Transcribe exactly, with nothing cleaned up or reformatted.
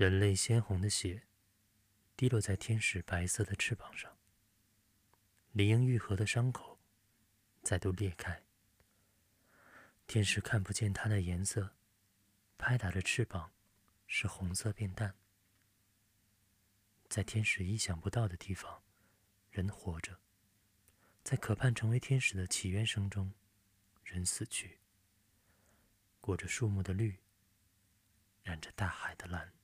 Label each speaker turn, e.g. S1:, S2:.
S1: 人类鲜红的血滴落在天使白色的翅膀上，理应愈合的伤口再度裂开。天使看不见它的颜色，拍打着翅膀，使红色变淡。在天使意想不到的地方，人活着；在渴盼成为天使的祈愿声中，人死去。裹着树木的绿，染着大海的蓝。